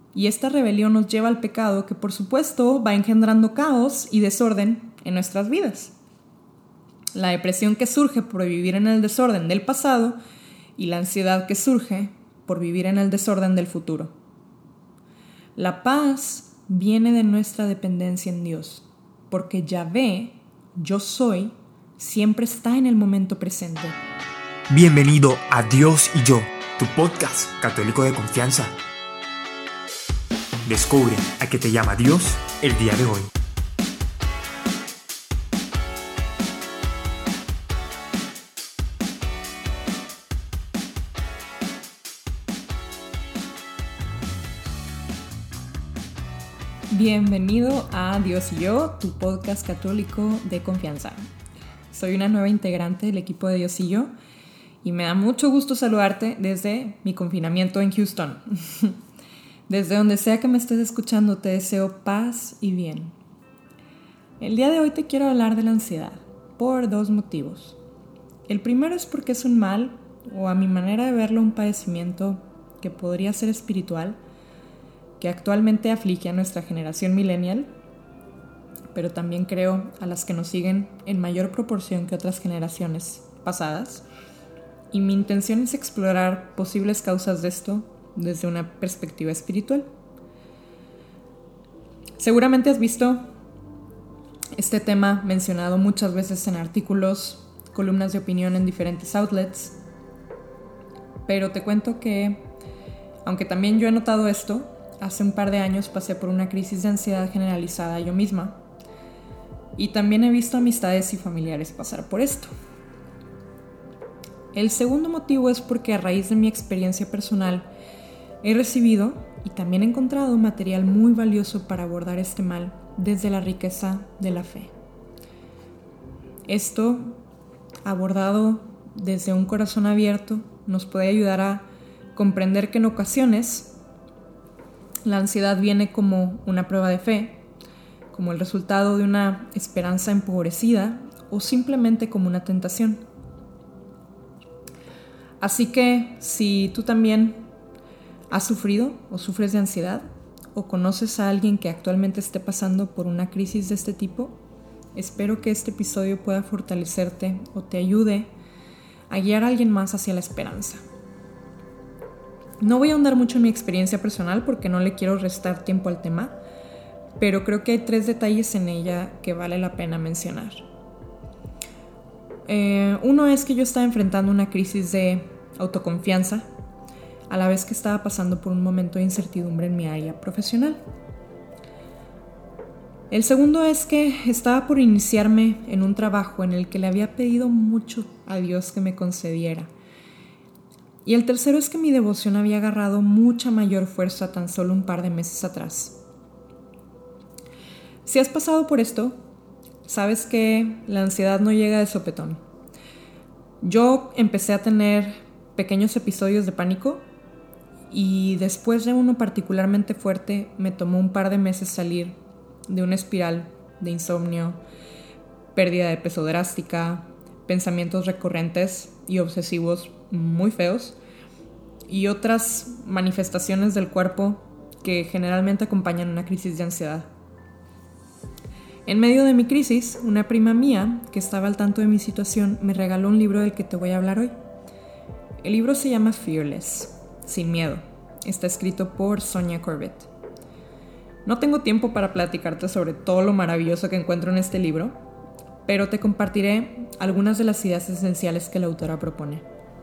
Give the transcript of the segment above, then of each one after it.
Y esta rebelión nos lleva al pecado que, por supuesto, va engendrando caos y desorden en nuestras vidas. La depresión que surge por vivir en el desorden del pasado y la ansiedad que surge por vivir en el desorden del futuro. La paz viene de nuestra dependencia en Dios, porque Yahvé, yo soy, siempre está en el momento presente. Bienvenido a Dios y yo, tu podcast católico de confianza. Descubre a qué te llama Dios el día de hoy. Bienvenido a Dios y yo, tu podcast católico de confianza. Soy una nueva integrante del equipo de Dios y yo y me da mucho gusto saludarte desde mi confinamiento en Houston. Desde donde sea que me estés escuchando, te deseo paz y bien. El día de hoy te quiero hablar de la ansiedad por dos motivos. El primero es porque es un mal, o a mi manera de verlo, un padecimiento que podría ser espiritual, que actualmente aflige a nuestra generación millennial, pero también creo a las que nos siguen en mayor proporción que otras generaciones pasadas. Y mi intención es explorar posibles causas de esto desde una perspectiva espiritual. Seguramente has visto este tema mencionado muchas veces en artículos, columnas de opinión en diferentes outlets, pero te cuento que, aunque también yo he notado esto, hace un par de años pasé por una crisis de ansiedad generalizada yo misma y también he visto amistades y familiares pasar por esto. El segundo motivo es porque a raíz de mi experiencia personal he recibido y también he encontrado material muy valioso para abordar este mal desde la riqueza de la fe. Esto, abordado desde un corazón abierto, nos puede ayudar a comprender que en ocasiones la ansiedad viene como una prueba de fe, como el resultado de una esperanza empobrecida o simplemente como una tentación. Así que si tú también has sufrido o sufres de ansiedad o conoces a alguien que actualmente esté pasando por una crisis de este tipo, espero que este episodio pueda fortalecerte o te ayude a guiar a alguien más hacia la esperanza. No voy a ahondar mucho en mi experiencia personal porque no le quiero restar tiempo al tema, pero creo que hay 3 detalles en ella que vale la pena mencionar. Uno es que yo estaba enfrentando una crisis de autoconfianza a la vez que estaba pasando por un momento de incertidumbre en mi área profesional. El segundo es que estaba por iniciarme en un trabajo en el que le había pedido mucho a Dios que me concediera. Y el tercero es que mi devoción había agarrado mucha mayor fuerza tan solo un par de meses atrás. Si has pasado por esto, sabes que la ansiedad no llega de sopetón. Yo empecé a tener pequeños episodios de pánico y después de uno particularmente fuerte me tomó un par de meses salir de una espiral de insomnio, pérdida de peso drástica, pensamientos recurrentes y obsesivos muy feos y otras manifestaciones del cuerpo que generalmente acompañan una crisis de ansiedad. En medio de mi crisis, una prima mía que estaba al tanto de mi situación me regaló un libro del que te voy a hablar hoy. El libro se llama Fearless, Sin Miedo. Está escrito por Sonia Corbett. No tengo tiempo para platicarte sobre todo lo maravilloso que encuentro en este libro, pero te compartiré algunas de las ideas esenciales que la autora propone.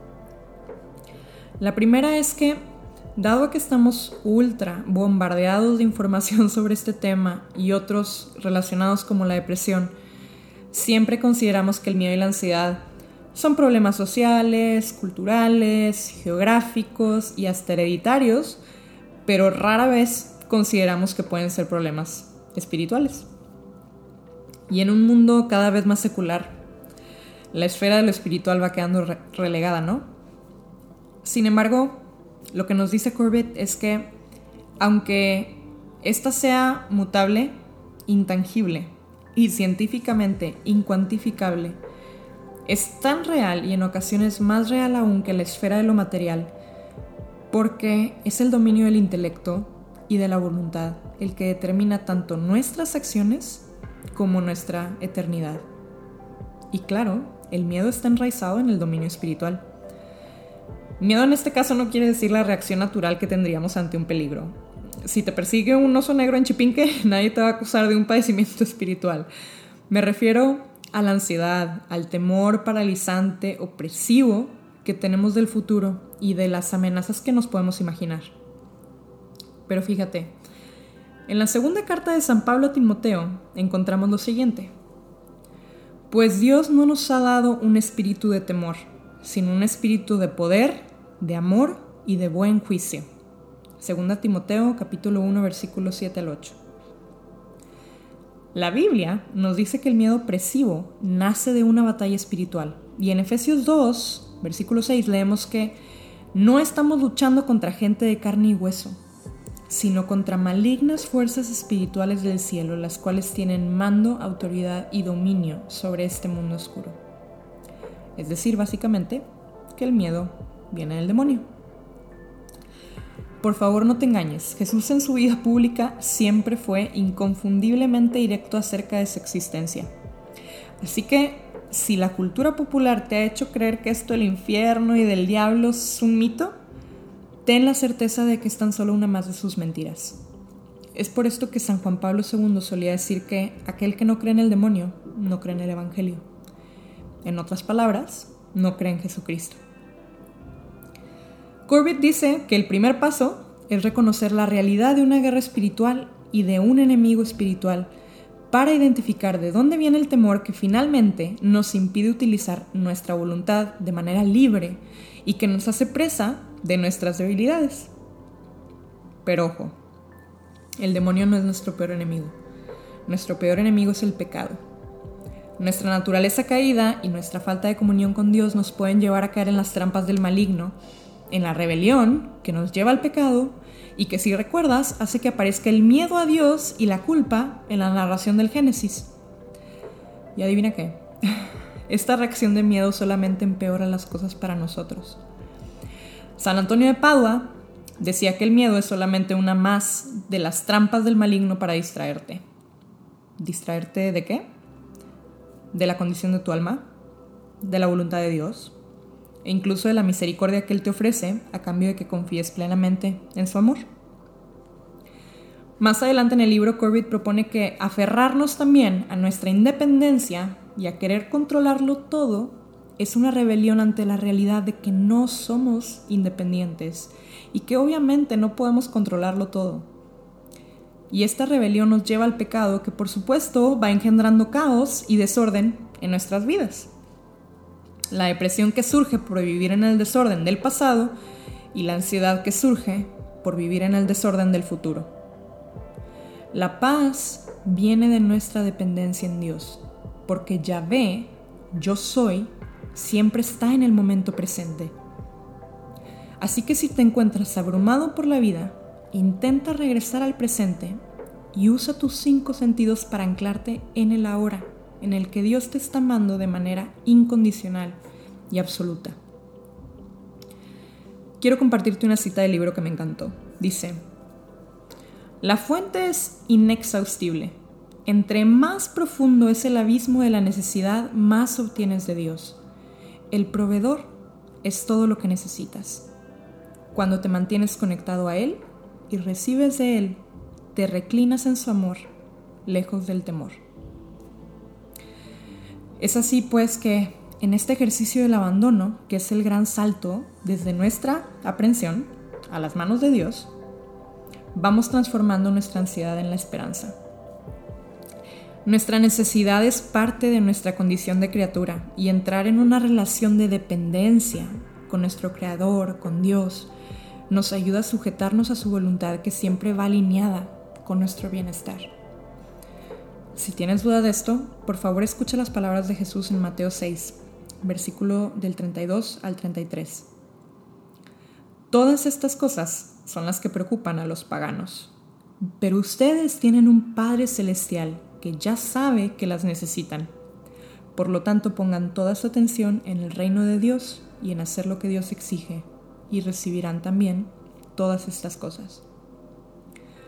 La primera es que, dado que estamos ultra bombardeados de información sobre este tema y otros relacionados como la depresión, siempre consideramos que el miedo y la ansiedad son problemas sociales, culturales, geográficos y hasta hereditarios, pero rara vez consideramos que pueden ser problemas espirituales. Y en un mundo cada vez más secular, la esfera de lo espiritual va quedando relegada, ¿no? Sin embargo, lo que nos dice Corbett es que, aunque esta sea mutable, intangible y científicamente incuantificable, es tan real y en ocasiones más real aún que la esfera de lo material, porque es el dominio del intelecto y de la voluntad, el que determina tanto nuestras acciones como nuestra eternidad. Y claro, el miedo está enraizado en el dominio espiritual. Miedo en este caso no quiere decir la reacción natural que tendríamos ante un peligro. Si te persigue un oso negro en Chipinque, nadie te va a acusar de un padecimiento espiritual. Me refiero a la ansiedad, al temor paralizante, opresivo que tenemos del futuro y de las amenazas que nos podemos imaginar. Pero fíjate, en la segunda carta de San Pablo a Timoteo encontramos lo siguiente: pues Dios no nos ha dado un espíritu de temor, sino un espíritu de poder, de amor y de buen juicio. Segunda Timoteo, capítulo 1, versículos 7 al 8. La Biblia nos dice que el miedo opresivo nace de una batalla espiritual. Y en Efesios 2, versículo 6, leemos que no estamos luchando contra gente de carne y hueso, sino contra malignas fuerzas espirituales del cielo, las cuales tienen mando, autoridad y dominio sobre este mundo oscuro. Es decir, básicamente, que el miedo viene del demonio. Por favor, no te engañes. Jesús en su vida pública siempre fue inconfundiblemente directo acerca de su existencia. Así que, si la cultura popular te ha hecho creer que esto del infierno y del diablo es un mito, ten la certeza de que es tan solo una más de sus mentiras. Es por esto que San Juan Pablo II solía decir que aquel que no cree en el demonio, no cree en el Evangelio. En otras palabras, no cree en Jesucristo. Corbett dice que el primer paso es reconocer la realidad de una guerra espiritual y de un enemigo espiritual para identificar de dónde viene el temor que finalmente nos impide utilizar nuestra voluntad de manera libre y que nos hace presa de nuestras debilidades. Pero ojo, el demonio no es nuestro peor enemigo. Nuestro peor enemigo es el pecado. Nuestra naturaleza caída y nuestra falta de comunión con Dios nos pueden llevar a caer en las trampas del maligno, en la rebelión que nos lleva al pecado y que, si recuerdas, hace que aparezca el miedo a Dios y la culpa en la narración del Génesis. Y adivina qué, esta reacción de miedo solamente empeora las cosas para nosotros. San Antonio de Padua decía que el miedo es solamente una más de las trampas del maligno para distraerte. ¿Distraerte de qué? De la condición de tu alma, de la voluntad de Dios e incluso de la misericordia que Él te ofrece a cambio de que confíes plenamente en su amor. Más adelante en el libro, Corbett propone que aferrarnos también a nuestra independencia y a querer controlarlo todo es una rebelión ante la realidad de que no somos independientes y que obviamente no podemos controlarlo todo. Y esta rebelión nos lleva al pecado que, por supuesto, va engendrando caos y desorden en nuestras vidas. La depresión que surge por vivir en el desorden del pasado y la ansiedad que surge por vivir en el desorden del futuro. La paz viene de nuestra dependencia en Dios, porque Yahvé, yo soy, siempre está en el momento presente. Así que si te encuentras abrumado por la vida, intenta regresar al presente y usa tus 5 sentidos para anclarte en el ahora, en el que Dios te está amando de manera incondicional y absoluta. Quiero compartirte una cita del libro que me encantó. Dice: la fuente es inexhaustible. Entre más profundo es el abismo de la necesidad, más obtienes de Dios. El proveedor es todo lo que necesitas. Cuando te mantienes conectado a Él y recibes de Él, te reclinas en su amor, lejos del temor. Es así pues que en este ejercicio del abandono, que es el gran salto desde nuestra aprensión a las manos de Dios, vamos transformando nuestra ansiedad en la esperanza. Nuestra necesidad es parte de nuestra condición de criatura y entrar en una relación de dependencia con nuestro Creador, con Dios, nos ayuda a sujetarnos a su voluntad que siempre va alineada con nuestro bienestar. Si tienes duda de esto, por favor escucha las palabras de Jesús en Mateo 6, versículo del 32 al 33. Todas estas cosas son las que preocupan a los paganos, pero ustedes tienen un Padre Celestial que ya sabe que las necesitan. Por lo tanto, pongan toda su atención en el reino de Dios y en hacer lo que Dios exige, y recibirán también todas estas cosas.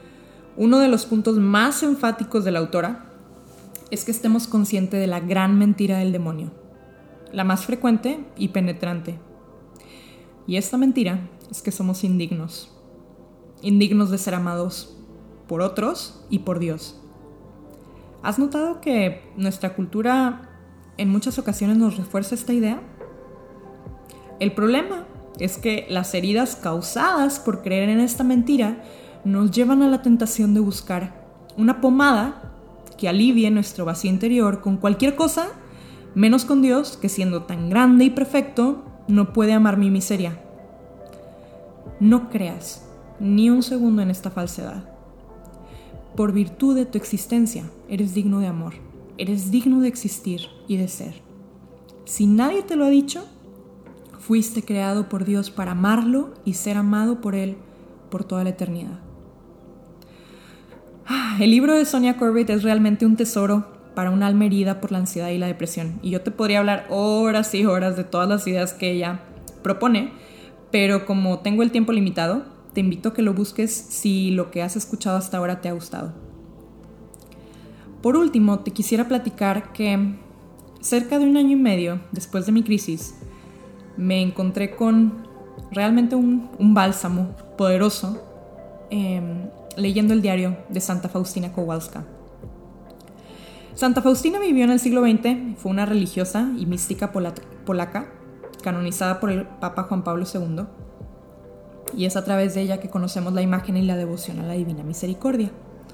Uno de los puntos más enfáticos de la autora es que estemos conscientes de la gran mentira del demonio, la más frecuente y penetrante. Y esta mentira es que somos indignos de ser amados por otros y por Dios. ¿Has notado que nuestra cultura en muchas ocasiones nos refuerza esta idea? El problema es que las heridas causadas por creer en esta mentira nos llevan a la tentación de buscar una pomada que alivie nuestro vacío interior con cualquier cosa, menos con Dios, que siendo tan grande y perfecto, no puede amar mi miseria. No creas ni un segundo en esta falsedad. Por virtud de tu existencia, eres digno de amor, eres digno de existir y de ser. Si nadie te lo ha dicho, fuiste creado por Dios para amarlo y ser amado por Él por toda la eternidad. El libro de Sonja Corbett es realmente un tesoro para un alma herida por la ansiedad y la depresión. Y yo te podría hablar horas y horas de todas las ideas que ella propone, pero como tengo el tiempo limitado, te invito a que lo busques si lo que has escuchado hasta ahora te ha gustado. Por último, te quisiera platicar que cerca de 1 año y medio después de mi crisis, me encontré con realmente un bálsamo poderoso leyendo el diario de Santa Faustina Kowalska. Santa Faustina vivió en el siglo XX, fue una religiosa y mística polaca, canonizada por el Papa Juan Pablo II, y es a través de ella que conocemos la imagen y la devoción a la Divina Misericordia.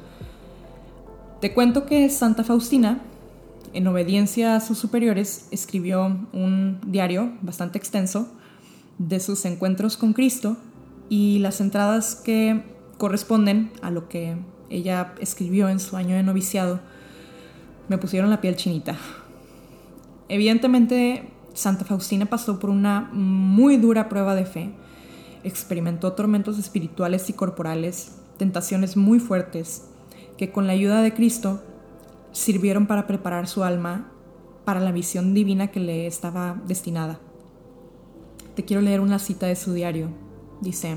Te cuento que Santa Faustina, en obediencia a sus superiores, escribió un diario bastante extenso de sus encuentros con Cristo, y las entradas que corresponden a lo que ella escribió en su año de noviciado me pusieron la piel chinita. Evidentemente, Santa Faustina pasó por una muy dura prueba de fe, experimentó tormentos espirituales y corporales, tentaciones muy fuertes, que con la ayuda de Cristo sirvieron para preparar su alma para la visión divina que le estaba destinada. Te quiero leer una cita de su diario. Dice: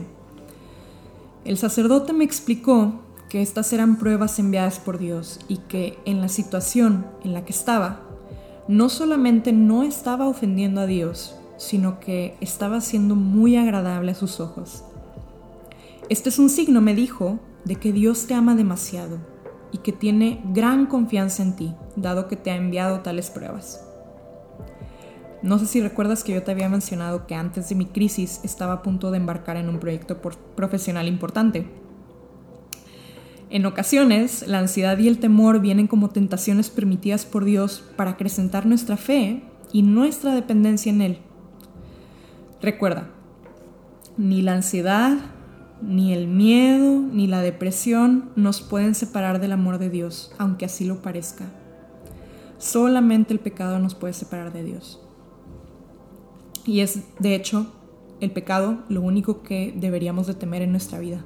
el sacerdote me explicó que estas eran pruebas enviadas por Dios y que en la situación en la que estaba, no solamente no estaba ofendiendo a Dios, sino que estaba siendo muy agradable a sus ojos. Este es un signo, me dijo, de que Dios te ama demasiado y que tiene gran confianza en ti, dado que te ha enviado tales pruebas. No sé si recuerdas que yo te había mencionado que antes de mi crisis estaba a punto de embarcar en un proyecto profesional importante. En ocasiones, la ansiedad y el temor vienen como tentaciones permitidas por Dios para acrecentar nuestra fe y nuestra dependencia en Él. Recuerda, ni la ansiedad, ni el miedo, ni la depresión nos pueden separar del amor de Dios, aunque así lo parezca. Solamente el pecado nos puede separar de Dios. Y es, de hecho, el pecado lo único que deberíamos de temer en nuestra vida.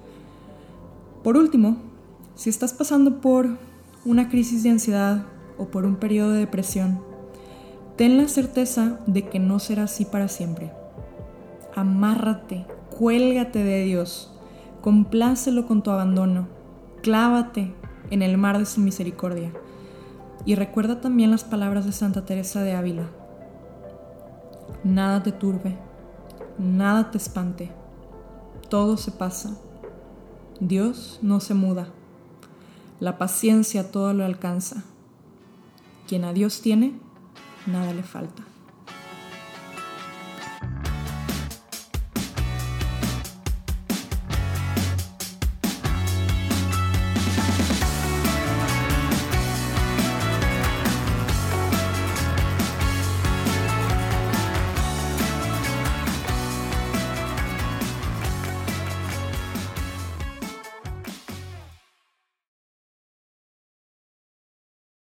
Por último, si estás pasando por una crisis de ansiedad o por un periodo de depresión, ten la certeza de que no será así para siempre. Amárrate, cuélgate de Dios, complácelo con tu abandono, clávate en el mar de su misericordia. Y recuerda también las palabras de Santa Teresa de Ávila: nada te turbe, nada te espante, todo se pasa, Dios no se muda, la paciencia todo lo alcanza, quien a Dios tiene, nada le falta.